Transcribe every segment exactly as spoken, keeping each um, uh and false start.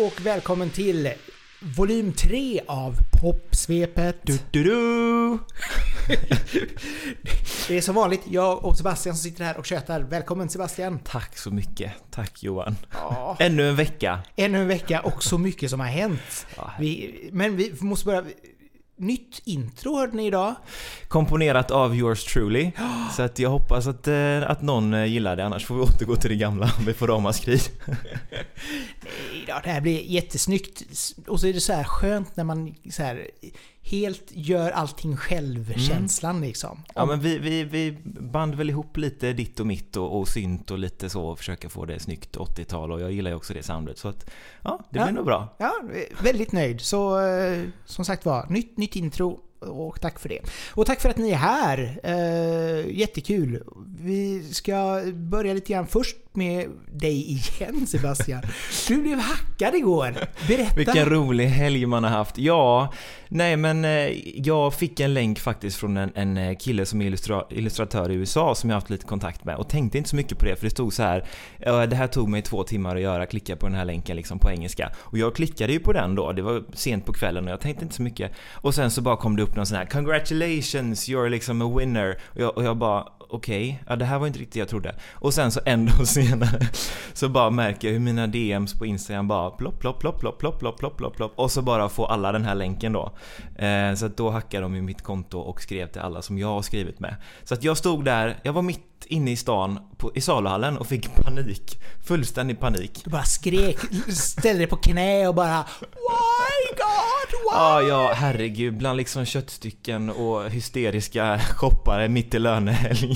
och välkommen till volym tre av Popsvepet. Du, du, du. Det är som vanligt jag och Sebastian som sitter här och tjötar. Välkommen Sebastian. Tack så mycket. Tack Johan. Ja. Ännu en vecka. Ännu en vecka och så mycket som har hänt. Ja. Vi, men vi måste börja... Nytt intro hörde ni idag. Komponerat av yours truly. Oh. Så att jag hoppas att, eh, att någon gillar det. Annars får vi återgå till det gamla. Vi får ramaskri. Nej då, det här blir jättesnyggt. Och så är det så här skönt när man så här helt gör allting själv, känslan mm. liksom. Ja, men vi, vi, vi band väl ihop lite ditt och mitt och, och synt och lite så och försöka få det snyggt åttiotal, och jag gillar ju också det soundet, så att ja, det blir ja. nog bra. Ja, väldigt nöjd. Så som sagt var, nytt, nytt intro. Och tack för det. Och tack för att ni är här. Eh, jättekul. Vi ska börja lite grann först med dig igen, Sebastian. Du blev hackad igår. Berätta. Vilken rolig helg man har haft. Ja, nej men eh, jag fick en länk faktiskt från en, en kille som är illustra- illustratör i U S A som jag har haft lite kontakt med och tänkte inte så mycket på det, för det stod så här: eh, det här tog mig två timmar att göra, klicka på den här länken liksom på engelska. Och jag klickade ju på den då. Det var sent på kvällen och jag tänkte inte så mycket. Och sen så bara kom det upp någon sån här congratulations, you're liksom a winner. Och jag, och jag bara okej, okay, ja det här var inte riktigt jag trodde. Och sen så en dag senare så bara märker jag hur mina D Ms på Instagram bara plopp, plopp, plopp, plopp, plopp, plopp, plopp, plopp, plopp. Och så bara får alla den här länken då. Eh, så att då hackade de ju mitt konto och skrev till alla som jag har skrivit med. Så att jag stod där, jag var mitt inne i stan på, i saluhallen och fick panik. Fullständig panik. Du bara skrek, ställde dig på knä och bara why God, why? Ja, ja, herregud. Bland liksom köttstycken och hysteriska shoppare mitt i lönehelg.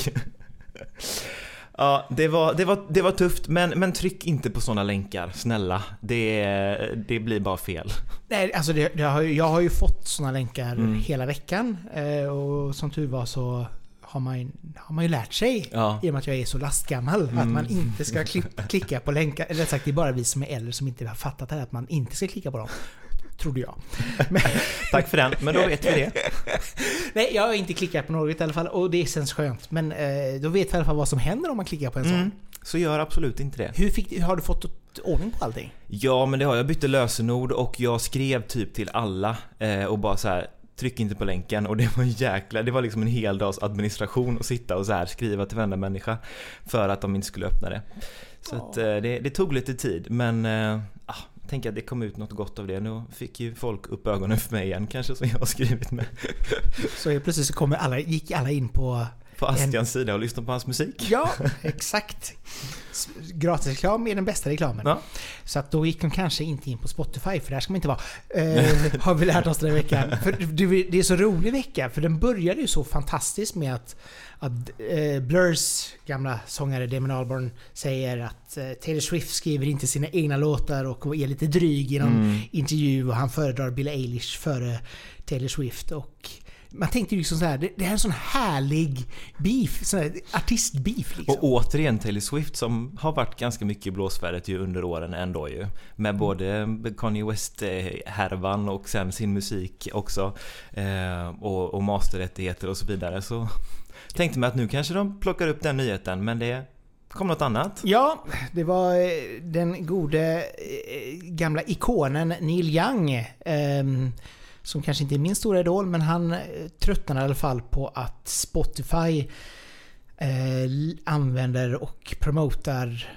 Ja, det var, det var, det var tufft, men, men tryck inte på såna länkar, snälla. Det, det blir bara fel. Nej, alltså det, det har, jag har ju fått såna länkar mm. hela veckan. Och som tur var så har man, har man ju lärt sig, ja. I och med att jag är så lastgammal, mm. att man inte ska klick, klicka på länkar. Eller sagt, det är bara vi som är äldre som inte har fattat det här, att man inte ska klicka på dem. Trodde jag. Men... Tack för den, men då vet vi det. Nej, jag har inte klickat på något i alla fall, och det känns skönt. Men eh, då vet vi i alla fall vad som händer om man klickar på en sån. Mm. Så gör absolut inte det. Hur fick, har du fått ordning på allting? Ja, men det har jag. Bytte lösenord och jag skrev typ till alla eh, och bara så här: tryck inte på länken. Och det var jäkla, det var liksom en hel dags administration att sitta och så här skriva till varenda människa för att de inte skulle öppna det. Så att, eh, det, det tog lite tid, men eh, ah, jag tänker att det kom ut något gott av det. Nu fick ju folk upp ögonen för mig igen, kanske, som jag har skrivit med. Så plötsligt så kommer alla, gick alla in på på Astians en... sida och lyssna på hans musik. Ja, exakt. Gratisreklam är den bästa reklamen. Ja. Så att då gick de kanske inte in på Spotify, för där ska man inte vara. Eh, har vi lärt oss den här veckan. För det är så rolig vecka, för den började ju så fantastiskt med att, att eh, Blurs gamla sångare Damon Albarn säger att eh, Taylor Swift skriver inte sina egna låtar och är lite dryg i någon mm. intervju, och han föredrar Billie Eilish före Taylor Swift. Och man tänkte ju liksom så här, det, det här är en sån härlig beef, sån här artistbeef liksom. Och återigen Taylor Swift, som har varit ganska mycket i blåsfärdet ju under åren ändå ju. Med både Kanye West-härvan och sen sin musik också. Eh, och, och masterrättigheter och så vidare. Så tänkte man att nu kanske de plockar upp den nyheten, men det kom något annat. Ja, det var den gode gamla ikonen Neil Young, eh, som kanske inte är min stora idol, men han tröttnar i alla fall på att Spotify eh, använder och promotar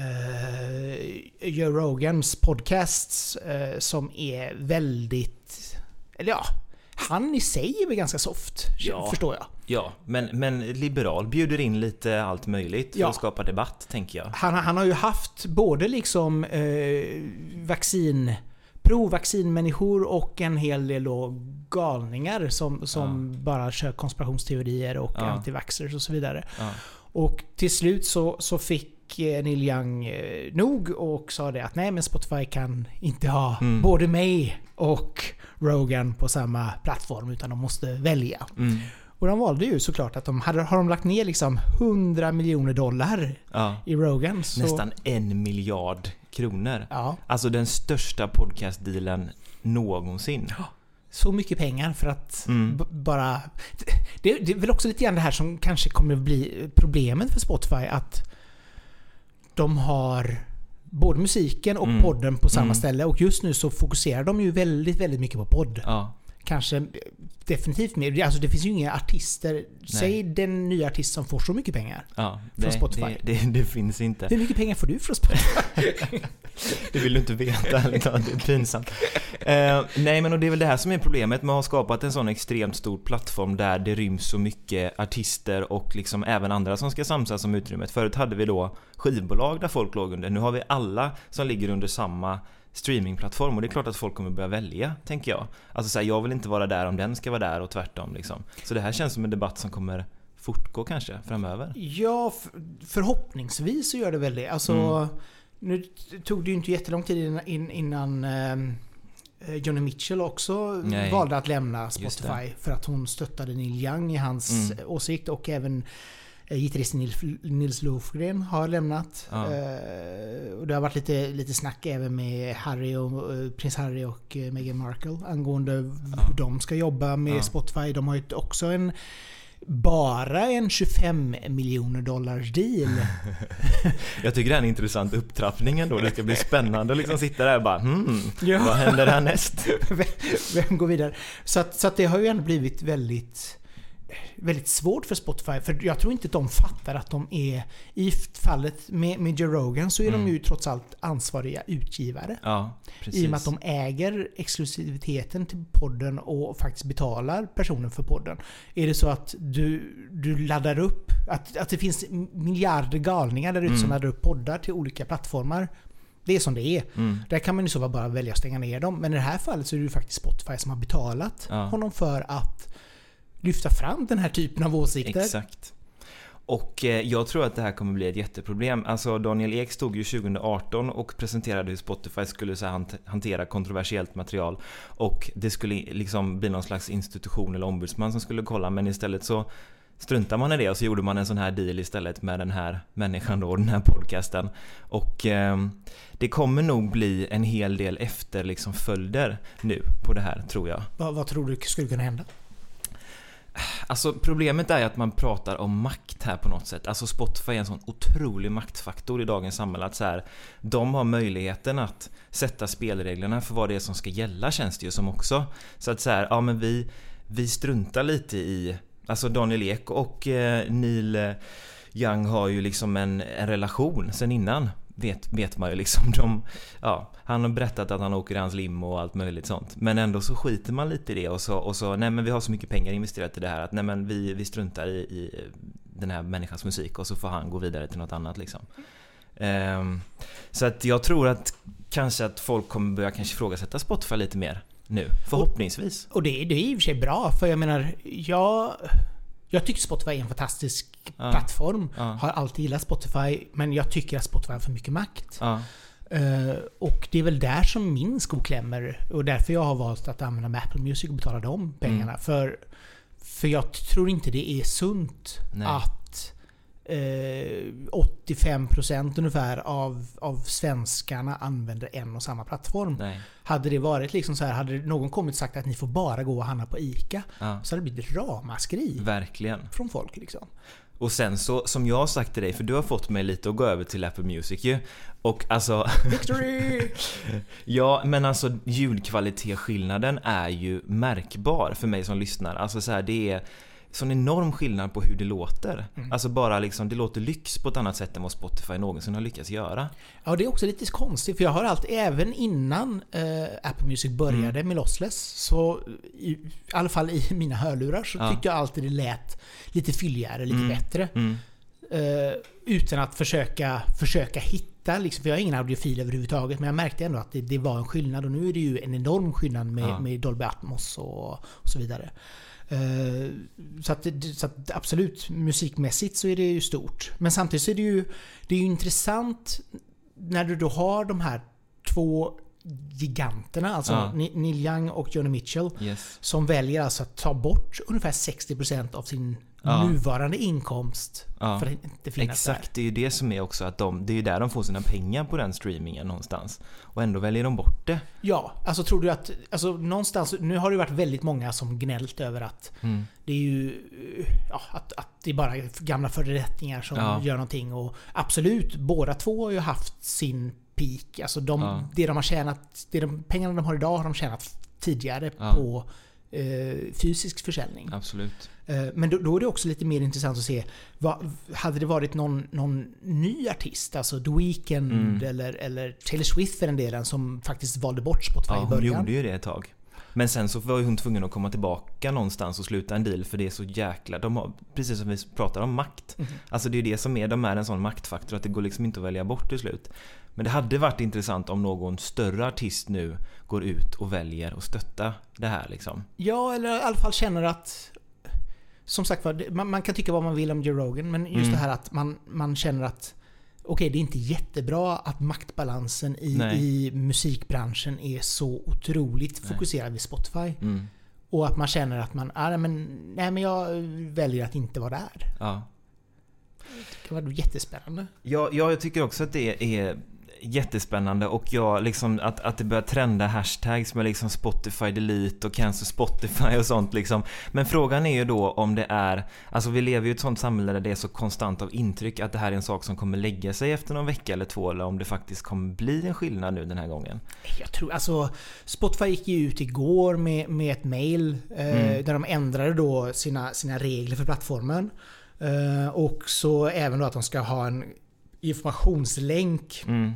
eh, Joe Rogans podcasts eh, som är väldigt, eller ja, han i sig är väl ganska soft, ja, förstår jag. Ja, men, men liberal bjuder in lite allt möjligt för ja. att skapa debatt, tänker jag. Han, han har ju haft både liksom eh, vaccin pro-vaccinmänniskor och en hel del då galningar som, som ja. bara kör konspirationsteorier och ja. antivaxxers och så vidare. Ja. Och till slut så, så fick Neil Young eh, nog och sa det att nej, men Spotify kan inte ha mm. både mig och Rogan på samma plattform, utan de måste välja. Mm. Och de valde ju såklart att de hade, har de lagt ner liksom hundra miljoner dollar ja. i Rogan. Så... Nästan en miljard kronor. Ja. Alltså den största podcastdealen någonsin. Ja. Så mycket pengar för att mm. b- bara... Det, det är väl också lite grann det här som kanske kommer att bli problemet för Spotify, att de har både musiken och mm. podden på samma mm. ställe. Och just nu så fokuserar de ju väldigt, väldigt mycket på podd. Ja. Kanske definitivt mer. Alltså det finns ju inga artister. Nej. Säg den nya artist som får så mycket pengar ja, från det, Spotify. Det, det, det finns inte. Hur mycket pengar får du från Spotify? Det vill du inte veta. Det är pinsamt. Uh, nej, men och det är väl det här som är problemet med att ha skapat en sån extremt stor plattform där det ryms så mycket artister och liksom även andra som ska samsas om utrymmet. Förut hade vi då skivbolag där folk låg under. Nu har vi alla som ligger under samma streamingplattform, och det är klart att folk kommer börja välja, tänker jag. Alltså så här, jag vill inte vara där om den ska vara där och tvärtom liksom. Så det här känns som en debatt som kommer fortgå kanske framöver. Ja, förhoppningsvis så gör det väl det. Alltså, mm. nu tog det ju inte jättelång tid innan, innan eh, Joni Mitchell också Nej. valde att lämna Spotify för att hon stöttade Neil Young i hans mm. åsikt, och även gitarristen Nils, Nils Lofgren har lämnat. Ja. Uh, och det har varit lite, lite snack även med Harry och, uh, prins Harry och uh, Meghan Markle angående ja. hur de ska jobba med ja. Spotify. De har ju också en bara en tjugofem miljoner dollars deal. Jag tycker det är en intressant upptrappning ändå. Det ska bli spännande att liksom sitta där och bara hmm, ja. vad händer härnäst? Vem går vidare? Så att, så att det har ju ändå blivit väldigt väldigt svårt för Spotify, för jag tror inte att de fattar att de är, i fallet med, med Joe Rogan så är mm. de ju trots allt ansvariga utgivare. Ja, precis. I och med att de äger exklusiviteten till podden och faktiskt betalar personen för podden. Är det så att du, du laddar upp, att, att det finns miljarder galningar där ute mm. som laddar upp poddar till olika plattformar, det är som det är. Mm. Där kan man ju så bara välja att stänga ner dem. Men i det här fallet så är det ju faktiskt Spotify som har betalat ja. honom för att lyfta fram den här typen av åsikter. Exakt. Och eh, jag tror att det här kommer bli ett jätteproblem. Alltså Daniel Ek stod ju tjugo arton och presenterade hur Spotify skulle så här, hantera kontroversiellt material. Och det skulle liksom bli någon slags institution eller ombudsman som skulle kolla. Men istället så struntar man i det och så gjorde man en sån här deal istället med den här människan då, den här podcasten. Och eh, det kommer nog bli en hel del efter liksom följder nu på det här, tror jag. Vad, vad tror du skulle kunna hända? Alltså problemet är att man pratar om makt här på något sätt. Alltså Spotify är en sån otrolig maktfaktor i dagens samhälle att så här, de har möjligheten att sätta spelreglerna för vad det är som ska gälla, känns det ju som också. Så att så här, ja men vi, vi struntar lite i, alltså Daniel Ek och eh, Neil Young har ju liksom en, en relation sen innan. Vet, vet man ju liksom de, ja, han har berättat att han åker i hans limo och allt möjligt sånt, men ändå så skiter man lite i det och så, och så nej men vi har så mycket pengar investerat i det här att nej men vi, vi struntar i, i den här människans musik och så får han gå vidare till något annat liksom. Um, så att jag tror att kanske att folk kommer börja kanske ifrågasätta Spotify lite mer nu, förhoppningsvis. Och, och det, det är i och för sig bra, för jag menar jag Jag tycker Spotify är en fantastisk ja. plattform. Ja. Har alltid gillat Spotify, men jag tycker att Spotify har för mycket makt. Ja. Uh, och det är väl där som min sko klämmer, och därför jag har valt att använda Apple Music och betala de pengarna. Mm. För, för jag tror inte det är sunt Nej. att uh, åttiofem procent ungefär av, av svenskarna använder en och samma plattform. Nej. Hade det varit liksom så här, hade någon kommit och sagt att ni får bara gå och handla på ICA, ja. så hade det blivit ramaskri. Verkligen. Från folk liksom. Och sen så, som jag har sagt till dig, för du har fått mig lite att gå över till Apple Music ju. Och alltså Victory! Ja, men alltså ljudkvalitetsskillnaden är ju märkbar för mig som lyssnar. Alltså så här, det är sån enorm skillnad på hur det låter. Mm. Alltså bara liksom, det låter lyx på ett annat sätt än vad Spotify någonsin har lyckats göra. Ja, det är också lite konstigt, för jag har allt, även innan eh, Apple Music började mm. med Lossless, så i, i alla fall i mina hörlurar så ja. tyckte jag alltid det lät lite fylligare, lite mm. bättre. Mm. Uh, utan att försöka försöka hitta liksom, för jag har ingen audiofil överhuvudtaget, men jag märkte ändå att det, det var en skillnad, och nu är det ju en enorm skillnad med, ja. med Dolby Atmos och, och så vidare. Uh, så, att, så att absolut, musikmässigt så är det ju stort, men samtidigt så är det ju det är ju intressant när du då har de här två giganterna, alltså ja. Neil Young och Joni Mitchell, yes. som väljer alltså att ta bort ungefär sextio procent av sin ja. nuvarande inkomst ja. för att inte finnas Exakt, där. Det är ju det som är också att de, det är ju där de får sina pengar på den streamingen någonstans. Och ändå väljer de bort det. Ja, alltså tror du att alltså någonstans, nu har det varit väldigt många som gnällt över att mm. det är ju ja, att, att det är bara gamla förerättningar som ja. gör någonting, och absolut, båda två har ju haft sin peak. Alltså de, ja. det de har tjänat, det de, pengarna de har idag har de tjänat tidigare ja. på eh, fysisk försäljning. Absolut. Eh, men då, då är det också lite mer intressant att se, vad, hade det varit någon, någon ny artist, alltså The Weeknd mm. eller, eller Taylor Swift för den delen, som faktiskt valde bort Spotify ja, i början. Hon gjorde ju det ett tag. Men sen så var hon tvungen att komma tillbaka någonstans och sluta en deal, för det är så jäkla... De har, precis som vi pratar om, makt. Mm. Alltså det är det som är, de är en sån maktfaktor att det går liksom inte att välja bort till slut. Men det hade varit intressant om någon större artist nu går ut och väljer att stötta det här liksom. Ja, eller i alla fall känner att... Som sagt, man, man kan tycka vad man vill om Joe Rogan, men just mm. det här att man, man känner att okej, okay, det är inte jättebra att maktbalansen i, i musikbranschen är så otroligt nej. fokuserad vid Spotify. Mm. Och att man känner att man, ah, men, nej men jag väljer att inte vara där. Ja. Det var jättespännande. Ja, ja, jag tycker också att det är jättespännande, och jag liksom att, att det börjar trenda hashtags med liksom Spotify delete och cancel Spotify och sånt liksom. Men frågan är ju då om det är, alltså vi lever ju i ett sånt samhälle där det är så konstant av intryck att det här är en sak som kommer lägga sig efter någon vecka eller två, eller om det faktiskt kommer bli en skillnad nu den här gången. Jag tror, alltså Spotify gick ju ut igår med, med ett mail eh, mm. där de ändrade då sina, sina regler för plattformen. Eh, och så även då att de ska ha en informationslänk mm.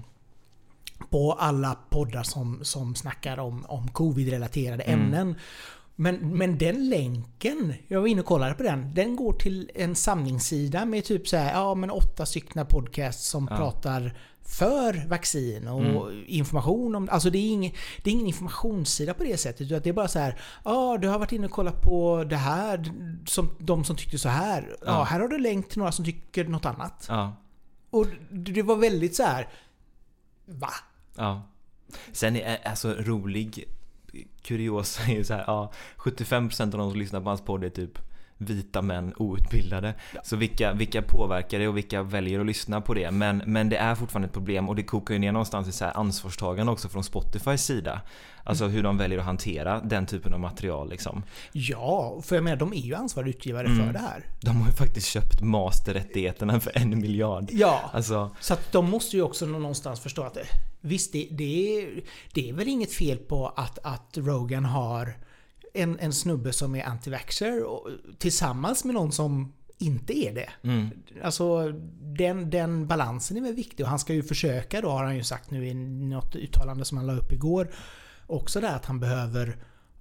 på alla poddar som, som snackar om, om covid-relaterade mm. ämnen. Men, men den länken, jag var inne och kollade på den, den går till en samlingssida med typ så här, ja men åtta stycken podcasts som ja. pratar för vaccin och mm. information om, alltså det är ingen, det är ingen informationssida på det sättet, utan det är bara så här, ja du har varit inne och kollat på det här, som, de som tyckte så här, ja, ja här har du länk till några som tycker något annat. Ja. Och det var väldigt så här, va? Ja. Sen är alltså rolig kuriosa är ju så här, ja, sjuttiofem procent av de som lyssnar på hans podd är typ vita män, outbildade. Ja. Så vilka, vilka påverkar det och vilka väljer att lyssna på det? Men, men det är fortfarande ett problem, och det kokar ju ner någonstans i så här ansvarstagande också från Spotifys sida. Alltså mm. hur de väljer att hantera den typen av material liksom. Ja, för jag menar, de är ju ansvariga utgivare mm. för det här. De har ju faktiskt köpt masterrättigheterna för en miljard. Ja, alltså. Så att de måste ju också någonstans förstå att det, visst, det, det, är, det är väl inget fel på att, att Rogan har en, en snubbe som är anti-vaxxer och, tillsammans med någon som inte är det. Mm. Alltså den, den balansen är väl viktig, och han ska ju försöka då, har han ju sagt nu i något uttalande som han la upp igår, också där att han behöver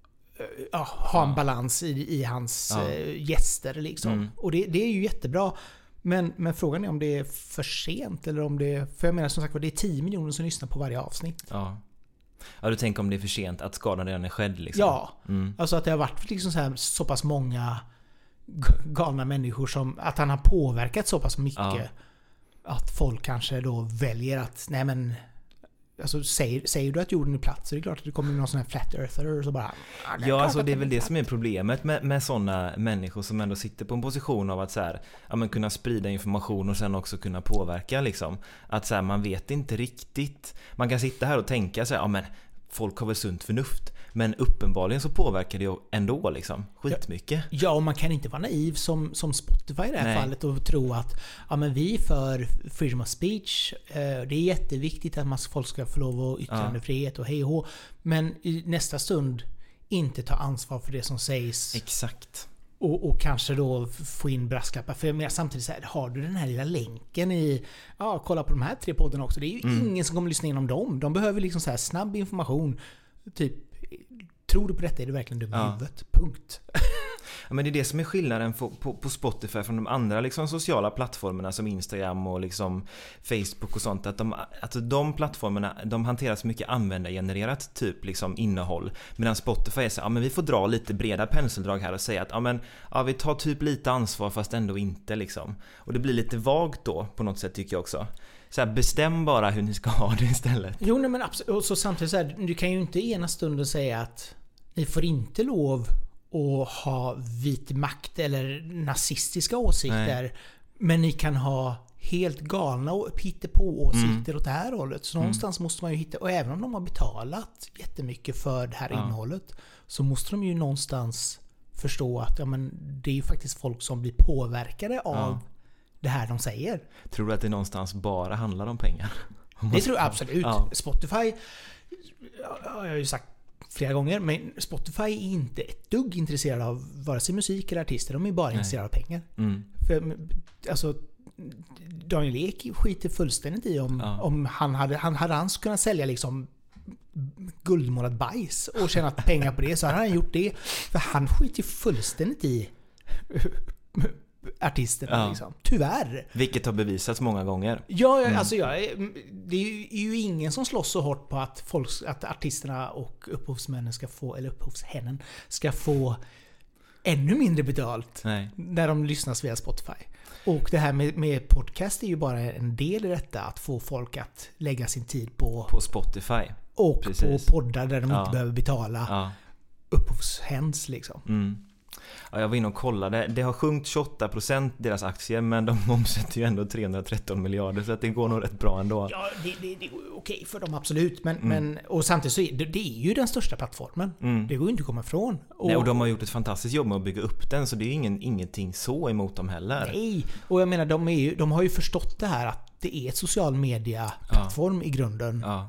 ja, ha en balans i, i hans ja. gäster liksom. Mm. Och det, det är ju jättebra. Men, men frågan är om det är för sent, eller om det är, för jag menar som sagt det är tio miljoner som lyssnar på varje avsnitt. Ja. Ja, du tänker om det är för sent, att skadan redan är skedd liksom. Ja, mm. alltså att det har varit liksom så, här, så pass många galna människor som, att han har påverkat så pass mycket ja. att folk kanske då väljer att, nej men alltså säger, säger du att jorden är platt, så är det klart att det kommer någon sån här flat earther och så bara ja, ja alltså det är väl det som är problemet med, med sådana människor som ändå sitter på en position av att så här, ja, men kunna sprida information och sen också kunna påverka liksom. Att så här, man vet inte riktigt, man kan sitta här och tänka så här, ja men folk har väl sunt förnuft, men uppenbarligen så påverkar det ju ändå liksom skitmycket. Ja, och man kan inte vara naiv som, som Spotify i det här Nej. fallet och tro att ja, men vi för freedom of speech, eh, det är jätteviktigt att man, folk ska få lov att yttrandefrihet ja. och hej och hå, men i nästa stund inte ta ansvar för det som sägs. Exakt. Och, och kanske då få in brasklappar. För jag menar, samtidigt så här, har du den här lilla länken i, ja, kolla på de här tre poddarna också. Det är ju mm. ingen som kommer lyssna igenom dem. De behöver liksom så här snabb information. Typ, tror du på detta är du verkligen dum i ja. huvudet. Punkt. Ja, men det är det som är skillnaden på, på, på Spotify från de andra liksom, sociala plattformarna som Instagram och liksom Facebook och sånt. Att de, att de plattformarna, de hanterar så mycket användargenererat typ liksom innehåll. Medan Spotify är så, ja men vi får dra lite breda penseldrag här och säga att ja men ja, vi tar typ lite ansvar fast ändå inte liksom. Och det blir lite vagt då på något sätt tycker jag också. Så här, bestäm bara hur ni ska ha det istället. Jo nej, men absolut. Och så samtidigt så här, du kan ju inte ena stunden säga att ni får inte lov och ha vit makt eller nazistiska åsikter. Nej. Men ni kan ha helt galna och hittepå-åsikter mm. åt det här hållet. Så någonstans mm. måste man ju hitta, och även om de har betalat jättemycket för det här ja. innehållet, så måste de ju någonstans förstå att ja, men det är ju faktiskt folk som blir påverkade av ja. det här de säger. Tror du att det någonstans bara handlar om pengar? Det tror jag absolut. Ja. Spotify, jag har ju sagt flera gånger, men Spotify är inte ett dugg intresserad av vare sig musik eller artister. De är bara Nej. intresserade av pengar. Mm. För, alltså, Daniel Ek skiter fullständigt i om, ja. om han hade han hade hans kunnat sälja liksom guldmålat bajs och tjänat pengar på det, så hade han gjort det. För han skiter fullständigt i artisterna ja. liksom. Tyvärr. Vilket har bevisats många gånger. Ja, mm. alltså jag, det är ju ingen som slåss så hårt på att folk, att artisterna och upphovsmännen ska få, eller upphovshennen ska få ännu mindre betalt Nej. när de lyssnas via Spotify. Och det här med, med podcast är ju bara en del i detta, att få folk att lägga sin tid på på Spotify och Precis. på poddar där de ja. inte behöver betala ja. upphovshens liksom. Mm. Ja, jag var inne och kollade. Det har sjunkit tjugoåtta procent deras aktier, men de omsätter ju ändå trehundratretton miljarder, så att det går nog rätt bra ändå. Ja, det, det, det är okej för dem absolut, men, mm. men och samtidigt så är det, det är ju den största plattformen. Mm. Det går ju inte att komma ifrån. Och, Nej, och de har gjort ett fantastiskt jobb med att bygga upp den, så det är ju ingen, ingenting så emot dem heller. Nej, och jag menar de, är ju, de har ju förstått det här att det är ett social media plattform ja. i grunden ja.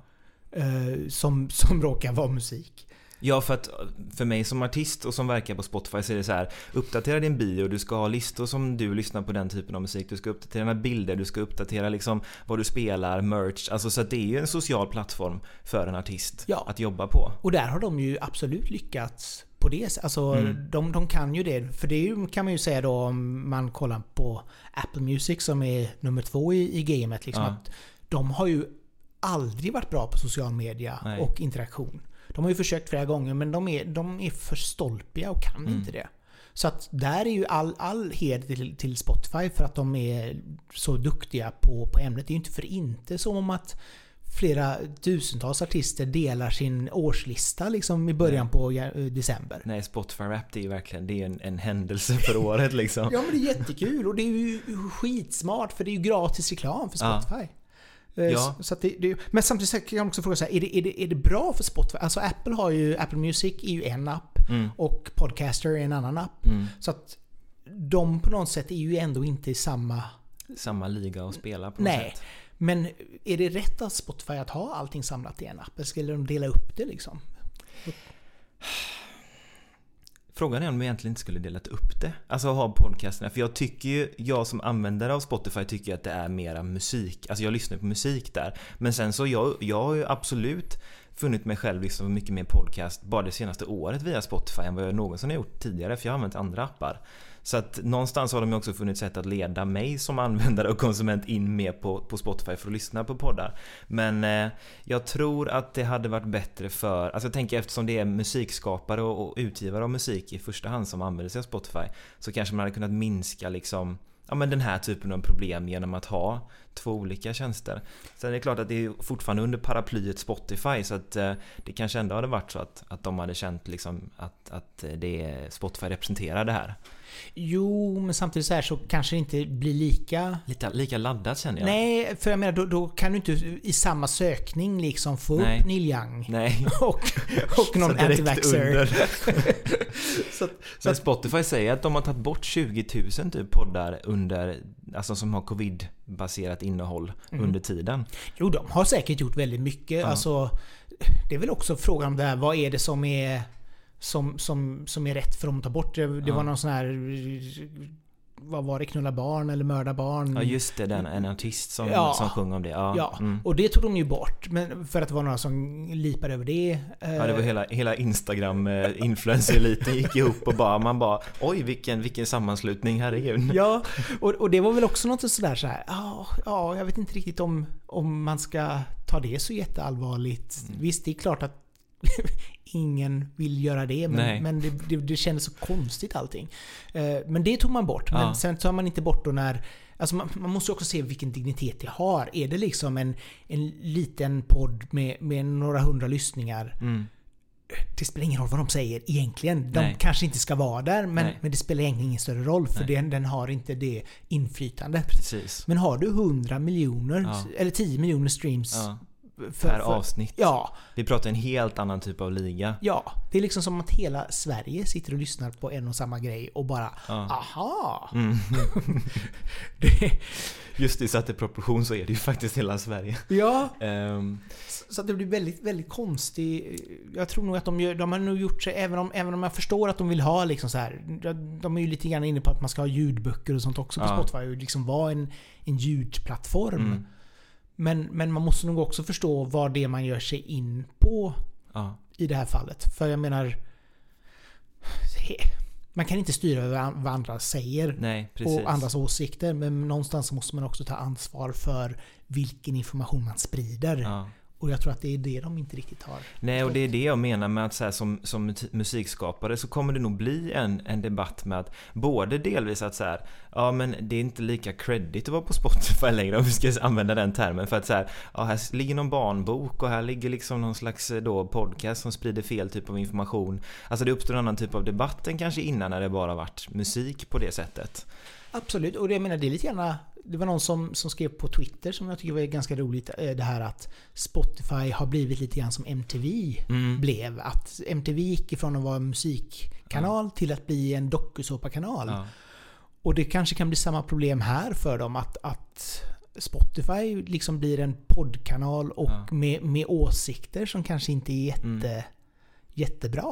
eh, som, som råkar vara musik. Ja, för att för mig som artist och som verkar på Spotify så är det så här: uppdatera din bio, du ska ha listor som du lyssnar på den typen av musik, du ska uppdatera dina bilder, du ska uppdatera liksom vad du spelar, merch, alltså så att det är ju en social plattform för en artist ja. att jobba på. Och där har de ju absolut lyckats på det. Alltså mm. de, de kan ju det, för det kan man ju säga då om man kollar på Apple Music som är nummer två i, i gamet liksom, ja. att de har ju aldrig varit bra på social media Nej. och interaktion. De har ju försökt flera gånger, men de är, de är för stolpiga och kan mm. inte det. Så att där är ju all, all hed till, till Spotify för att de är så duktiga på, på ämnet. Det är ju inte för inte som om att flera tusentals artister delar sin årslista liksom i början Nej. på december. Nej, Spotify Rap, det är ju verkligen det är en, en händelse för året liksom. Ja, men det är jättekul och det är ju skitsmart, för det är ju gratis reklam för Spotify. Ja. Ja. Så att det, det, men samtidigt kan jag också fråga så här, är det, är, det, är det bra för Spotify? Alltså Apple har ju, Apple Music är ju en app mm. och Podcaster är en annan app. Mm. Så att de på något sätt är ju ändå inte i samma... Samma liga att spela på Nej, sätt. Men är det rätt att Spotify att ha allting samlat i en app? Eller skulle de dela upp det liksom? Frågan är om de egentligen inte skulle delat upp det. Alltså ha podcasterna. För jag tycker ju, jag som användare av Spotify tycker att det är mera musik. Alltså jag lyssnar på musik där. Men sen så jag, jag har ju absolut funnit mig själv liksom mycket mer podcast bara det senaste året via Spotify än vad jag någonsin har gjort tidigare. För jag har använt andra appar. Så att någonstans har de ju också funnit sätt att leda mig som användare och konsument in med på, på Spotify för att lyssna på poddar. Men eh, jag tror att det hade varit bättre för, alltså jag tänker eftersom det är musikskapare och, och utgivare av musik i första hand som använder sig av Spotify, så kanske man hade kunnat minska liksom, ja, men den här typen av problem genom att ha två olika tjänster. Sen är det klart att det är fortfarande under paraplyet Spotify, så att eh, det kanske ändå hade varit så att, att de hade känt liksom att, att det Spotify representerar det här. Jo, men samtidigt så här så kanske det inte blir lika... Lika, lika laddat känner jag. Nej, för jag menar, då, då kan du inte i samma sökning liksom få Nej. upp Neil Young Nej. och, och någon antivaxxer. så, så att Spotify säger att de har tagit bort tjugo tusen typ poddar under, alltså som har covid-baserat innehåll mm. under tiden. Jo, de har säkert gjort väldigt mycket. Ja. Alltså, det är väl också frågan om det här, vad är det som är... Som, som, som är rätt för dem att ta bort. Det, det ja. var någon sån här, vad var det, knulla barn eller mörda barn? Ja, just det, den, en artist som, ja. som sjöng om det. Ja, ja. Mm. Och det tog de ju bort, men för att det var några som lipade över det. Ja, det var hela, hela Instagram-influencer-eliten gick ihop och bara, man bara, oj vilken, vilken sammanslutning, herregud. Ja, och, och det var väl också något sådär så här, ja, ja, jag vet inte riktigt om, om man ska ta det så jätteallvarligt. Mm. Visst, det är klart att ingen vill göra det, men, men det, det, det kändes så konstigt allting. Uh, men det tog man bort. Men ja. sen tar man inte bort då när... Alltså man, man måste också se vilken dignitet det har. Är det liksom en, en liten podd med, med några hundra lyssningar? Mm. Det spelar ingen roll vad de säger egentligen. De Nej. kanske inte ska vara där, men, men det spelar egentligen ingen större roll, för den, den har inte det inflytandet. Precis. Men har du hundra miljoner ja. eller tio miljoner streams ja. För, per avsnitt. Ja. Vi pratar en helt annan typ av liga. Ja, det är liksom som att hela Sverige sitter och lyssnar på en och samma grej och bara, ja. aha! Mm. det... Just det, så att i proportion så är det ju faktiskt hela Sverige. Ja, um. så att det blir väldigt, väldigt konstigt. Jag tror nog att de, gör, de har nog gjort sig, även om, även om jag förstår att de vill ha liksom så här, de är ju lite grann inne på att man ska ha ljudböcker och sånt också på ja. Spotify och liksom vara en, en ljudplattform. Mm. Men, men man måste nog också förstå vad det är man gör sig in på ja. i det här fallet. För jag menar, man kan inte styra vad andra säger. Nej, precis. Och andras åsikter. Men någonstans måste man också ta ansvar för vilken information man sprider. Ja. Och jag tror att det är det de inte riktigt har. Nej, och det är det jag menar med att så här, som, som musikskapare så kommer det nog bli en, en debatt med att både delvis att så här, ja men det är inte lika credit att vara på Spotify längre om vi ska använda den termen, för att så här, ja här ligger någon barnbok och här ligger liksom någon slags då podcast som sprider fel typ av information. Alltså det uppstår en annan typ av debatt än kanske innan när det bara varit musik på det sättet. Absolut, och jag menar det är lite gärna, det var någon som, som skrev på Twitter som jag tycker var ganska roligt, det här att Spotify har blivit lite grann som M T V mm. blev. Att M T V gick ifrån att vara en musikkanal ja. till att bli en dokusåpakanal. Ja. Och det kanske kan bli samma problem här för dem, att, att Spotify liksom blir en poddkanal och ja. med, med åsikter som kanske inte är jätte, mm. jättebra.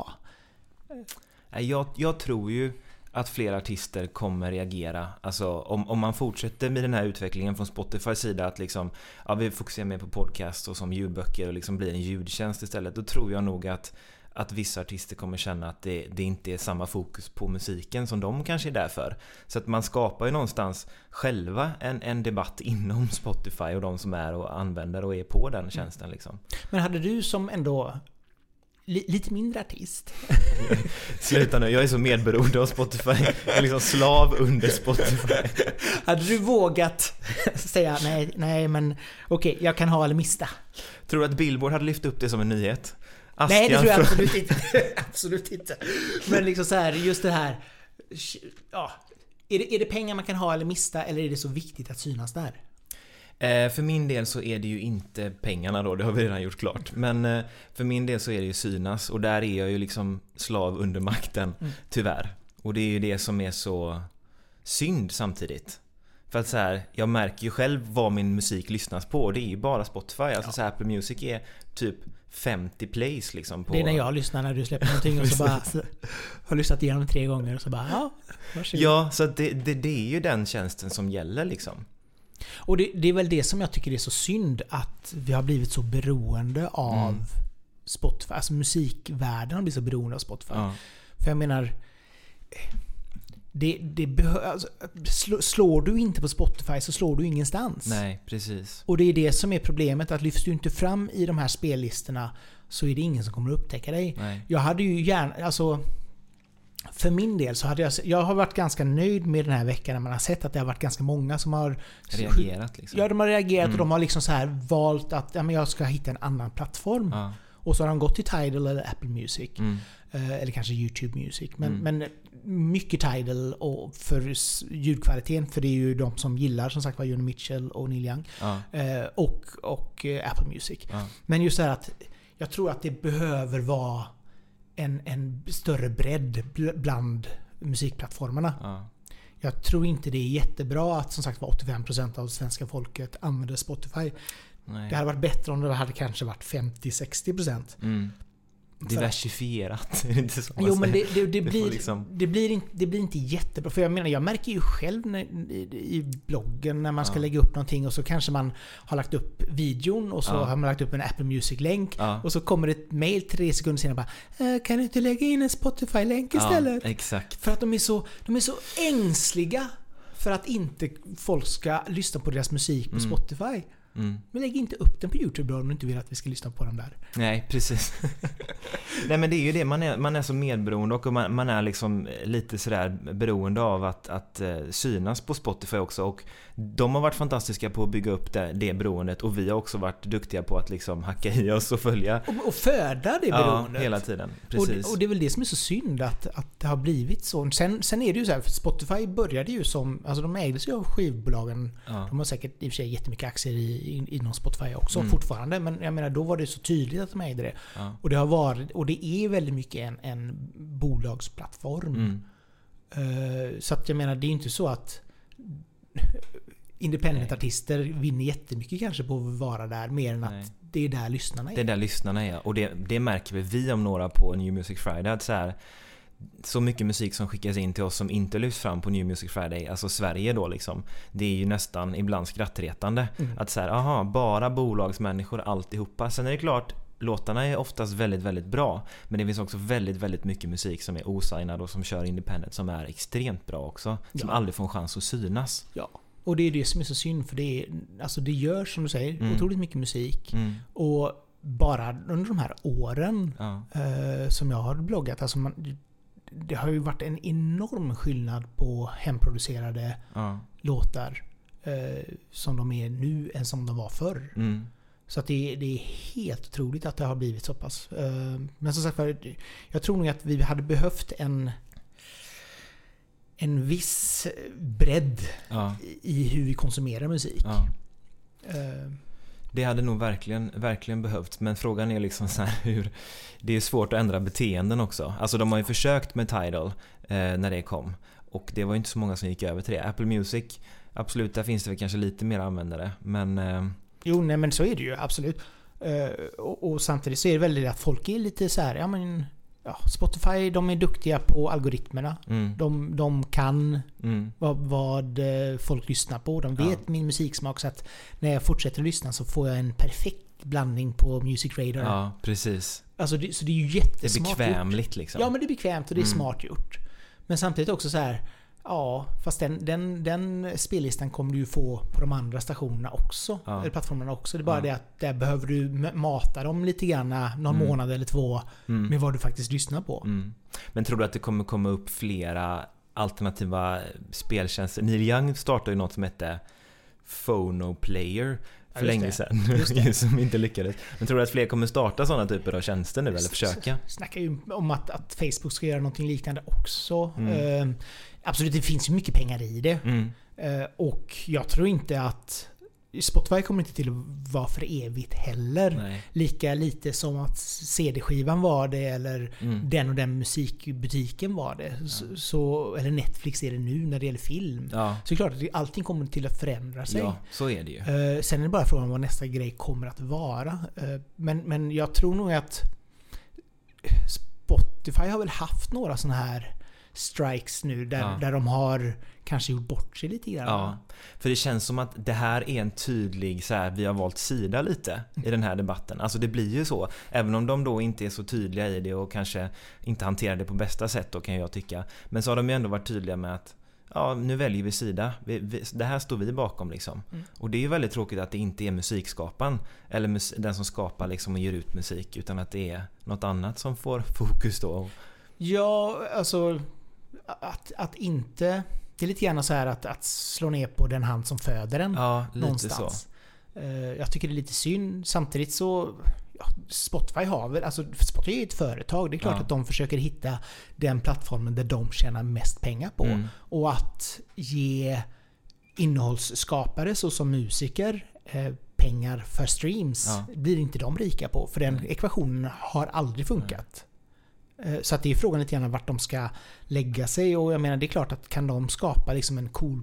Jag, jag tror ju att fler artister kommer reagera. Alltså om, om man fortsätter med den här utvecklingen från Spotifys sida att liksom, ja, vi fokuserar mer på podcast och som ljudböcker och liksom blir en ljudtjänst istället, då tror jag nog att, att vissa artister kommer känna att det, det inte är samma fokus på musiken som de kanske är där för. Så att man skapar ju någonstans själva en, en debatt inom Spotify och de som är och använder och är på den tjänsten liksom. Men hade du som ändå lite mindre artist. Sluta nu, jag är så medberoende av Spotify. Jag är liksom slav under Spotify. Hade du vågat säga nej, nej men okej, okay, jag kan ha eller mista? Tror du att Billboard hade lyft upp det som en nyhet? Astian nej, det tror jag absolut inte. Absolut inte. Men liksom så här, just det här, ja, är det, är det pengar man kan ha eller mista, eller är det så viktigt att synas där? Eh, för min del så är det ju inte pengarna då, det har vi redan gjort klart. Men eh, för min del så är det ju synas. Och där är jag ju liksom slav under makten, mm. tyvärr. Och det är ju det som är så synd samtidigt. För att så här, jag märker ju själv vad min musik lyssnas på. Och det är ju bara Spotify. Alltså ja. så här, Apple Music är typ femtio plays liksom på... Det är när jag lyssnar när du släpper någonting och så bara så, har lyssnat igenom tre gånger och så bara, ja, varsågod. Ja, så det, det, det är ju den tjänsten som gäller liksom. Och det, det är väl det som jag tycker är så synd, att vi har blivit så beroende av mm. Spotify. Alltså musikvärlden har blivit så beroende av Spotify. Ja. För jag menar, det, det behö- alltså, slår du inte på Spotify så slår du ingenstans. Nej, precis. Och det är det som är problemet, att lyfts du inte fram i de här spellistorna så är det ingen som kommer att upptäcka dig. Nej. Jag hade ju gärna, alltså för min del så hade jag jag har varit ganska nöjd med den här veckan när man har sett att det har varit ganska många som har reagerat liksom. Ja, de har reagerat mm. och de har liksom så här valt att ja, men jag ska hitta en annan plattform. Ja. Och så har de gått till Tidal eller Apple Music mm. eller kanske YouTube Music, men mm. men mycket Tidal och för ljudkvaliteten, för det är ju de som gillar som sagt var Joni Mitchell och Neil Young ja. och och Apple Music. Ja. Men just så här att jag tror att det behöver vara En, en större bredd bland musikplattformarna. Ja. Jag tror inte det är jättebra att som sagt var åttiofem procent av svenska folket använder Spotify. Nej. Det hade varit bättre om det hade kanske varit femtio till sextio procent. Mm. Diversifierat. Är det inte så jo, men det, det, det, blir, liksom... det, blir inte, det blir inte jättebra. För jag menar, jag märker ju själv när, i, i bloggen när man ska ja. lägga upp någonting och så kanske man har lagt upp videon och så ja. har man lagt upp en Apple Music-länk ja. och så kommer det ett mail tre sekunder senare och bara, kan du inte lägga in en Spotify-länk istället? Ja, exakt. För att de är, så, de är så ängsliga för att inte folk ska lyssna på deras musik på mm. Spotify. Mm. Men lägg inte upp den på YouTube då om du inte vill att vi ska lyssna på den där. Nej, precis. Nej, men det är ju det, man är, man är så medberoende och man, man är liksom lite sådär beroende av att, att uh, synas på Spotify också, och de har varit fantastiska på att bygga upp det, det beroendet, och vi har också varit duktiga på att liksom hacka i oss och följa. Och, och föda det beroendet. Ja, hela tiden. Precis. Och, och det är väl det som är så synd att, att det har blivit så. Sen, sen är det ju så här, för Spotify började ju som, alltså de ägdes ju av skivbolagen. Ja. De har säkert i och för sig jättemycket aktier i i, inom Spotify också mm. fortfarande. Men jag menar, då var det så tydligt att de ägde det. Ja. Och det har varit, och det är väldigt mycket en, en bolagsplattform. Mm. Uh, så att jag menar, det är inte så att independent-artister vinner jättemycket kanske på att vara där, mer än Nej. att det är där lyssnarna är. Det är där lyssnarna är. Och det, det märker vi, vi om några på New Music Friday. Att så, här, så mycket musik som skickas in till oss som inte lyfts fram på New Music Friday, alltså Sverige då liksom, det är ju nästan ibland skrattretande. Mm. Att så här, aha, bara bolagsmänniskor alltihopa. Sen är det klart, låtarna är oftast väldigt, väldigt bra. Men det finns också väldigt, väldigt mycket musik som är osignad och som kör independent som är extremt bra också. Som ja. aldrig får en chans att synas. Ja. Och det är det som är så synd, för det är, alltså det gör, som du säger, mm. otroligt mycket musik. Mm. Och bara under de här åren ja. eh, som jag har bloggat, alltså man, det har ju varit en enorm skillnad på hemproducerade ja. låtar eh, som de är nu än som de var förr. Mm. Så att det, det är helt otroligt att det har blivit så pass. Eh, men som sagt, jag tror nog att vi hade behövt en en viss bredd ja. i hur vi konsumerar musik. Ja. Uh. Det hade nog verkligen, verkligen behövt. Men frågan är liksom så här hur... Det är svårt att ändra beteenden också. Alltså de har ju försökt med Tidal eh, när det kom. Och det var ju inte så många som gick över till det. Apple Music, absolut, där finns det väl kanske lite mer användare. Men... Eh... Jo, nej men så är det ju, absolut. Uh, och, och samtidigt så är det väldigt att folk är lite så här, ja men... Ja, Spotify, de är duktiga på algoritmerna. Mm. De, de kan mm. vad, vad folk lyssnar på. De vet ja. min musiksmak, så att när jag fortsätter att lyssna så får jag en perfekt blandning på Music Radar. Ja, precis. Alltså det, så det är ju jättesmart. Det är bekvämligt liksom. Ja, men det är bekvämt och det är mm. smart gjort. Men samtidigt också så här, ja, fast den, den, den spellistan kommer du ju få på de andra stationerna också. Ja. Eller plattformarna också. Det är bara ja. det att där behöver du mata dem lite grann någon mm. månad eller två mm. med vad du faktiskt lyssnar på. Mm. Men tror du att det kommer komma upp flera alternativa speltjänster? Neil Young startade ju något som hette Phono Player för ja, länge sedan som inte lyckades. Men tror du att fler kommer starta sådana typer av tjänster nu eller försöka? Snackar ju om att, att Facebook ska göra någonting liknande också. Mm. Uh, absolut, det finns ju mycket pengar i det. Mm. Uh, och jag tror inte att Spotify kommer inte till att vara för evigt heller. Nej. Lika lite som att C D-skivan var det eller mm. den och den musikbutiken var det. Ja. Så, så, eller Netflix är det nu när det gäller film. Ja. Så det är klart att allting kommer till att förändra sig. Ja, så är det ju. Uh, sen är det bara frågan om vad nästa grej kommer att vara. Uh, men, men jag tror nog att Spotify har väl haft några såna här strikes nu där, ja. där de har kanske gjort bort sig lite grann. Ja, för det känns som att det här är en tydlig så här, vi har valt sida lite i den här debatten. Alltså det blir ju så, även om de då inte är så tydliga i det och kanske inte hanterar det på bästa sätt då, kan jag tycka. Men så har de ju ändå varit tydliga med att ja, nu väljer vi sida. Vi, vi, det här står vi bakom liksom. Mm. Och det är ju väldigt tråkigt att det inte är musikskaparen eller mus- den som skapar liksom och ger ut musik, utan att det är något annat som får fokus då. Ja, alltså att, att inte... Det är lite grann så här att, att slå ner på den hand som föder den. Ja, lite någonstans. så. Uh, jag tycker det är lite synd. Samtidigt så... Ja, Spotify har väl... Alltså Spotify är ett företag. Det är klart ja. att de försöker hitta den plattformen där de tjänar mest pengar på. Mm. Och att ge innehållsskapare så som musiker eh, pengar för streams ja. blir inte de rika på. För den mm. ekvationen har aldrig funkat. Mm. Så att det är frågan lite grann vart de ska lägga sig. Och jag menar, det är klart att kan de skapa liksom en cool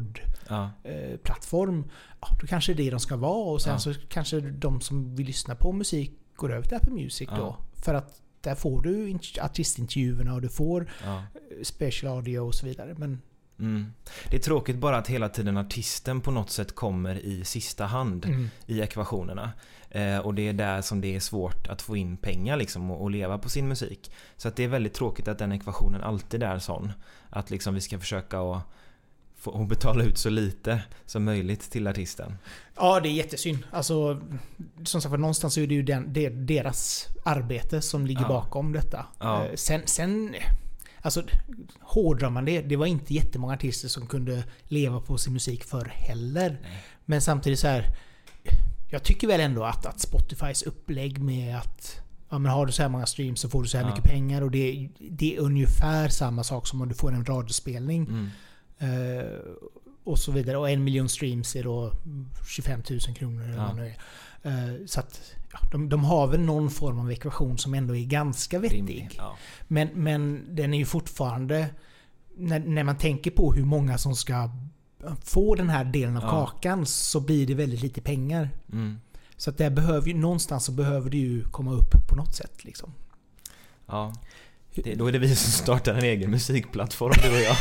poddplattform, ja. ja, då kanske det är det de ska vara. Och sen ja. så kanske de som vill lyssna på musik går över till Apple Music ja. då. För att där får du artistintervjuerna och du får ja. special audio och så vidare. Men Mm. Det är tråkigt bara att hela tiden artisten på något sätt kommer i sista hand mm. i ekvationerna. Eh, och det är där som det är svårt att få in pengar liksom, och, och leva på sin musik. Så att det är väldigt tråkigt att den ekvationen alltid är sån. Att liksom vi ska försöka att få betala ut så lite som möjligt till artisten. Ja, det är jättesynd. Alltså, som sagt, för någonstans är det ju den, det, deras arbete som ligger ja. bakom detta. Ja. Eh, sen... sen Alltså, hårdrar man det, det var inte jättemånga artister som kunde leva på sin musik för heller. Nej. Men samtidigt så här, jag tycker väl ändå att, att Spotifys upplägg med att ja, men har du så här många streams så får du så här ja. mycket pengar, och det, det är ungefär samma sak som om du får en radiospelning. Mm. Uh, och så vidare. Och en miljon streams är då tjugofem tusen kronor eller Ja. vad det är. Uh, så att ja, de, de har väl någon form av ekvation som ändå är ganska vettig. Rimlig, ja. Men, men den är ju fortfarande, när, när man tänker på hur många som ska få den här delen av Ja. kakan, så blir det väldigt lite pengar. Mm. Så att det behöver ju, någonstans så behöver det ju komma upp på något sätt liksom. Ja. Det, då är det vi som startar en egen musikplattform, du och jag.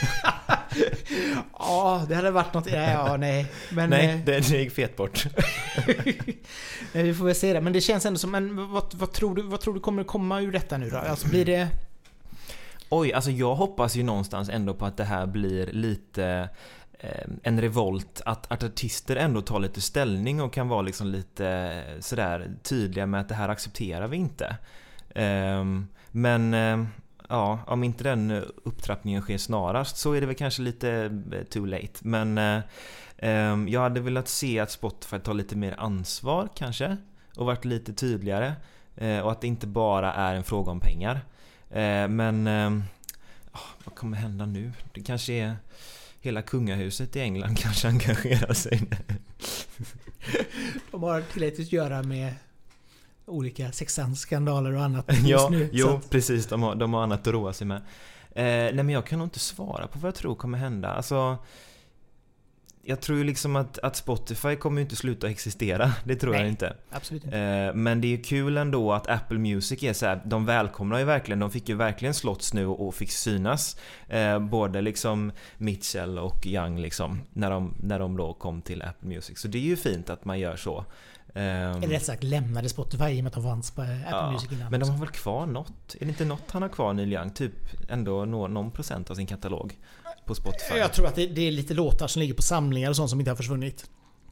Ja, det hade varit något. Ja, ja nej. Men, Nej, det, det gick fet bort. Nej, vi får väl se det. Men det känns ändå som, men vad, vad, tror du, vad tror du kommer komma ur detta nu då? Alltså blir det... Oj, alltså jag hoppas ju någonstans ändå på att det här blir lite eh, en revolt, att, att artister ändå tar lite ställning och kan vara liksom lite sådär tydliga med att det här accepterar vi inte. Eh, men eh, ja, om inte den upptrappningen sker snarast så är det väl kanske lite too late. Men eh, eh, jag hade velat se att Spotify tar lite mer ansvar kanske och varit lite tydligare eh, och att det inte bara är en fråga om pengar. Eh, men eh, vad kommer hända nu? Det kanske är hela kungahuset i England kanske engagerar sig. De har tillräckligt att göra med olika sexskandaler och annat just Ja, nu. jo, att... precis. De har, de har annat att roa sig med. Eh, nej, men jag kan nog inte svara på vad jag tror kommer hända. Alltså, jag tror ju liksom att, att Spotify kommer ju inte sluta existera. Det tror Nej, jag inte. Absolut inte. Eh, men det är ju kul ändå att Apple Music är så här, de välkomnar ju verkligen, de fick ju verkligen slots nu och fick synas. Eh, både liksom Mitchell och Young liksom, när de, när de då kom till Apple Music. Så det är ju fint att man gör så. Um, Eller rätt sagt lämnade Spotify i och med att de fanns på Apple ja, Music innan. men de har väl kvar något? Är det inte något han har kvar, Neil Young? Typ ändå någon, någon procent av sin katalog på Spotify. Jag tror att det, det är lite låtar som ligger på samlingar och sånt som inte har försvunnit.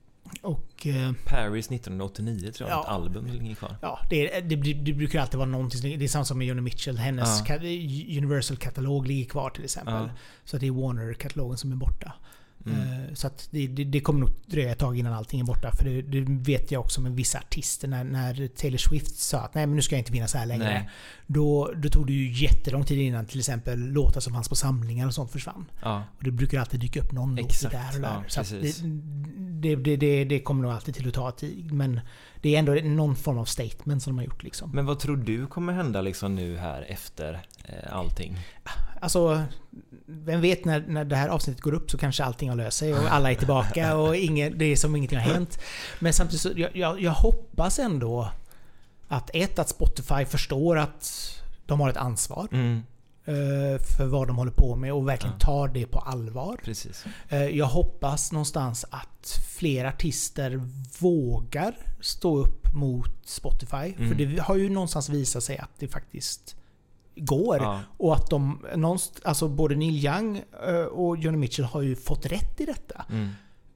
Och... Eh, Paris nittonhundraåttionio tror jag, ja, ett album ligger kvar. Ja, det, det, det brukar alltid vara någonting. Det är samma som med Joni Mitchell. Hennes Ja. ka- Universal-katalog ligger kvar till exempel. Ja. Så att det är Warner-katalogen som är borta. Mm. Eh, Så att det, det, det kommer nog dröja ett tag innan allting är borta. För det, det vet jag också med vissa artister. När, när Taylor Swift sa att nej men nu ska jag inte finnas här längre. Nej. Då, då tog det ju jättelång tid innan till exempel låtar som fanns på samlingar och sånt försvann. Ja. Och det brukar alltid dyka upp någon låt Exakt, där och där. ja, Så att precis. det, det, det, det kommer nog alltid till att ta tid. Men det är ändå någon form av statement som de har gjort liksom. Men vad tror du kommer hända liksom nu här efter eh, allting? Alltså, vem vet, när, när det här avsnittet går upp så kanske allting har löst sig och alla är tillbaka och ingen, det är som ingenting har hänt. Men samtidigt så jag, jag, jag hoppas ändå att ett, att Spotify förstår att de har ett ansvar Mm, eh, för vad de håller på med och verkligen Ja. tar det på allvar. precis. Eh, jag hoppas någonstans att fler artister vågar stå upp mot Spotify. Mm. För det har ju någonstans visat sig att det faktiskt går. Ja. Och att de, alltså både Neil Young och Joni Mitchell har ju fått rätt i detta. Mm.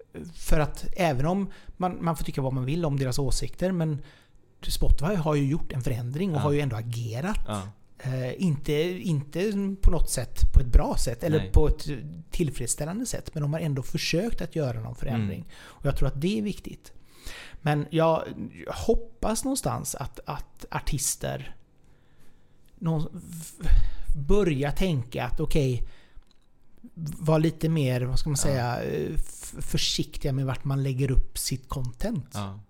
För att även om man, man får tycka vad man vill om deras åsikter, men Spotify har ju gjort en förändring och Ja. har ju ändå agerat. Ja. Eh, inte, inte på något sätt på ett bra sätt eller Nej. på ett tillfredsställande sätt, men de har ändå försökt att göra någon förändring. Mm. Och jag tror att det är viktigt. Men jag hoppas någonstans att, att artister någon, börja tänka att okej, okay, var lite mer, vad ska man säga, f- försiktiga med vart man lägger upp sitt content. Ja.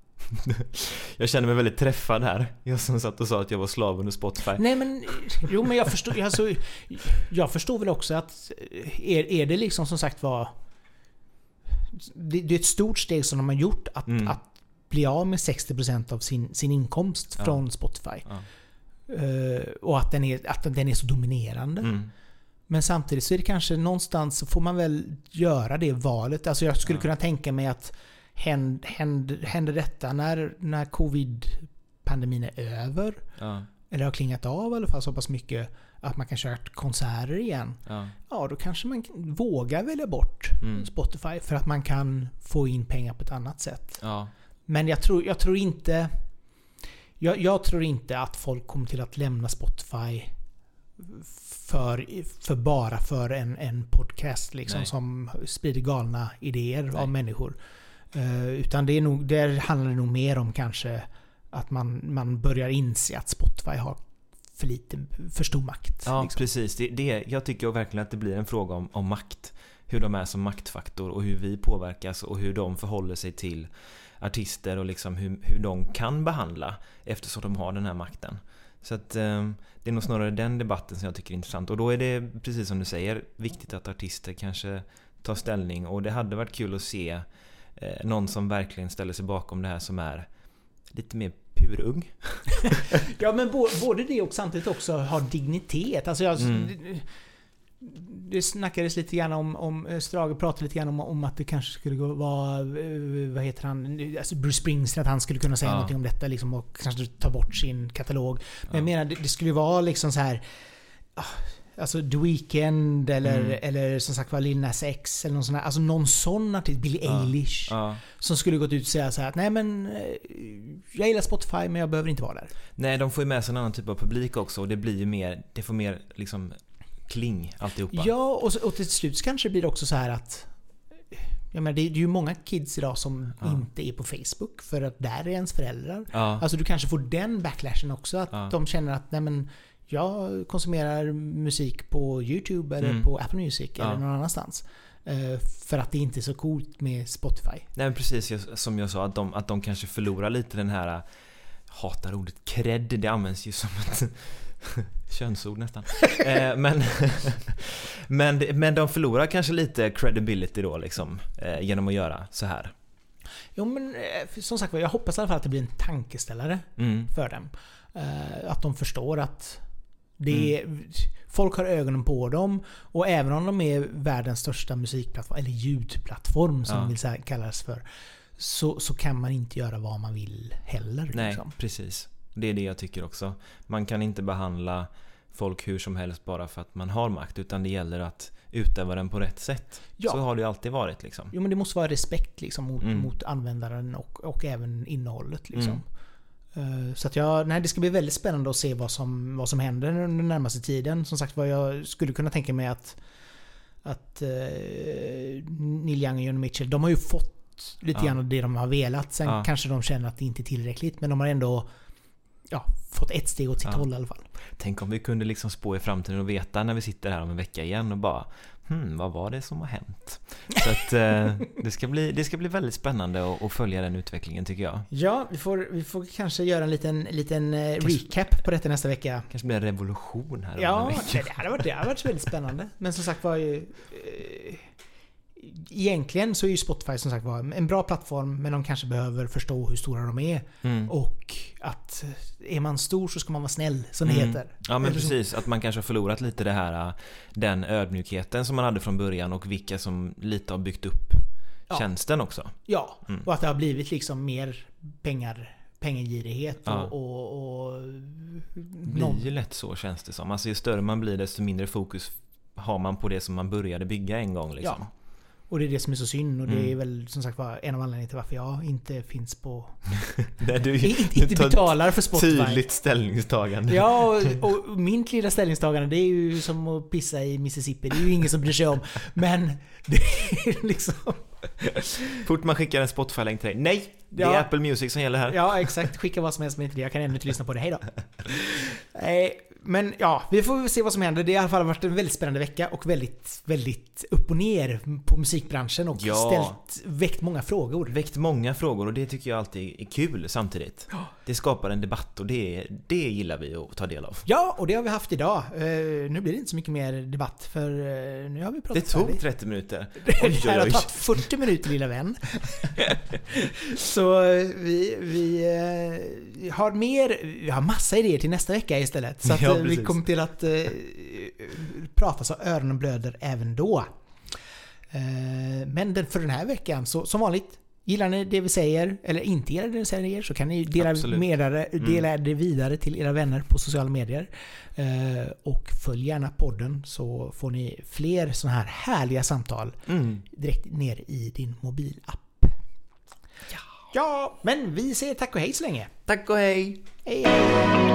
Jag känner mig väldigt träffad här. Jag som satt och sa att jag var slav under Spotify. Nej men, jo men jag förstår, alltså, jag förstår väl också att är, är det liksom som sagt var, det, det är ett stort steg som de har gjort att, Mm. att bli av med sextio procent av sin, sin inkomst Ja. från Spotify. Ja. Uh, och att den, är, att den är så dominerande. Mm. Men samtidigt så är det kanske någonstans så får man väl göra det valet. Alltså jag skulle Ja. kunna tänka mig att händ, händ, händer detta när, när covid-pandemin är över, Ja. eller har klingat av i alla fall så pass mycket att man kan köra konserter igen. Ja. Ja, då kanske man vågar välja bort Mm. Spotify för att man kan få in pengar på ett annat sätt. Ja. Men jag tror, jag tror inte jag, jag tror inte att folk kommer till att lämna Spotify för, för bara för en, en podcast liksom, Nej. som sprider galna idéer Nej. av människor. Uh, utan det är nog, där handlar det nog mer om kanske att man, man börjar inse att Spotify har för lite, för stor makt. Ja, liksom. precis. Det, det, jag tycker verkligen att det blir en fråga om, om makt. hur de är som maktfaktor och hur vi påverkas och hur de förhåller sig till artister och liksom hur, hur de kan behandla eftersom de har den här makten. Så att eh, det är nog snarare den debatten som jag tycker är intressant. Och då är det, precis som du säger, viktigt att artister kanske tar ställning. Och det hade varit kul att se eh, någon som verkligen ställer sig bakom det här, som är lite mer purung. Ja, men bo, både det och samtidigt också ha dignitet. Alltså jag... Mm. Det snackades lite grann om, om Strage pratade lite grann om, om att det kanske skulle vara, vad heter han, alltså Bruce Springsteen, att han skulle kunna säga ja. någonting om detta liksom, och kanske ta bort sin katalog. Men ja. jag menar, det, det skulle vara liksom så här, alltså The Weeknd eller, mm. eller som sagt var Lil Nas X eller någon sån här, alltså någon sån artist, Billie ja. Eilish ja. som skulle gått ut och säga så här att nej men jag gillar Spotify men jag behöver inte vara där. Nej, de får ju med sig en annan typ av publik också och det blir ju mer, det får mer liksom kling alltihopa. Ja, och, och till slut kanske blir det också så här att jag menar, det är ju många kids idag som ja. inte är på Facebook för att där är ens föräldrar. Ja. Alltså du kanske får den backlashen också, att ja. de känner att nej men jag konsumerar musik på YouTube eller mm. på Apple Music ja. eller någon annanstans. Uh, för att det inte är så coolt med Spotify. Nej, men precis som jag sa, att de, att de kanske förlorar lite den här, hatar ordet cred, det används ju som ett könsord nästan. eh, men, men, men de förlorar kanske lite credibility då liksom, eh, genom att göra så här. Jo, men eh, som sagt, jag hoppas i alla fall att det blir en tankeställare mm. för dem. Eh, att de förstår att det mm. är, folk har ögonen på dem, och även om de är världens största musikplattform eller ljudplattform som ja. vill säga, kallas för, så, så kan man inte göra vad man vill heller. Nej, liksom. Precis. Det är det jag tycker också. Man kan inte behandla folk hur som helst bara för att man har makt, utan det gäller att utöva den på rätt sätt. Ja. Så har det ju alltid varit liksom. Jo, men det måste vara respekt liksom, mot, mm. mot användaren och, och även innehållet liksom. Mm. Så att jag, nej, det ska bli väldigt spännande att se vad som, vad som händer under den närmaste tiden. Som sagt, vad jag skulle kunna tänka mig att att uh, Neil Young och Joni Mitchell, de har ju fått lite ja. grann av det de har velat. Sen ja. kanske de känner att det inte är tillräckligt, men de har ändå ja, fått ett steg åt sitt ja. håll i alla fall. Tänk om vi kunde liksom spå i framtiden och veta när vi sitter här om en vecka igen och bara hmm, vad var det som har hänt? Så att eh, det, ska bli, det ska bli väldigt spännande att, att följa den utvecklingen, tycker jag. Ja, vi får, vi får kanske göra en liten, liten kanske, recap på detta nästa vecka. Kanske blir en revolution här. Ja, det hade varit, det hade varit väldigt spännande. Men som sagt var ju... Eh, egentligen så är ju Spotify som sagt var en bra plattform, men de kanske behöver förstå hur stora de är mm. och att är man stor så ska man vara snäll, som det mm. heter. Ja, men precis, att man kanske har förlorat lite det här, den ödmjukheten som man hade från början och vilka som lite har byggt upp ja. tjänsten också. Ja, mm. och att det har blivit liksom mer pengar, pengagirighet ja. och, och, och det blir ju lätt så, känns det som. Alltså ju större man blir, desto mindre fokus har man på det som man började bygga en gång liksom. Ja. Och det är det som är så synd, och det mm. är väl som sagt var en av anledningarna till varför jag inte finns på Nej, du, inte, inte betalar för Spotify. Tydligt ställningstagande. Ja, och, och min lilla ställningstagande, det är ju som att pissa i Mississippi. Det är ju ingen som bryr sig om. Men det är liksom... Fort man skickar en Spotify-länk till dig. Nej, det är ja. Apple Music som gäller här. Ja, exakt. Skicka vad som helst med inte det. Jag kan ännu inte lyssna på det. Hej då. Nej. Men ja, vi får se vad som händer. Det har i alla fall varit en väldigt spännande vecka och väldigt, väldigt upp och ner på musikbranschen och ja. ställt, väckt många frågor. Väckt många frågor, och det tycker jag alltid är kul samtidigt. Ja. Det skapar en debatt, och det, det gillar vi att ta del av. Ja, och det har vi haft idag. Uh, nu blir det inte så mycket mer debatt, för uh, nu har vi pratat Det tog färdigt. trettio minuter. Det här har tagit fyrtio minuter, lilla vän. Så uh, vi, vi uh, har mer, vi har massa idéer till nästa vecka istället. Så att, ja, vi kommer till att uh, prata så öronen blöder även då. Uh, men den, för den här veckan, så som vanligt, gillar ni det vi säger eller inte gillar det vi säger, så kan ni dela, medare, dela mm. det vidare till era vänner på sociala medier. Uh, och följ gärna podden, så får ni fler såna här härliga samtal mm. direkt ner i din mobilapp. Ja. ja, men vi säger tack och hej så länge. Tack och hej. Hej, hej.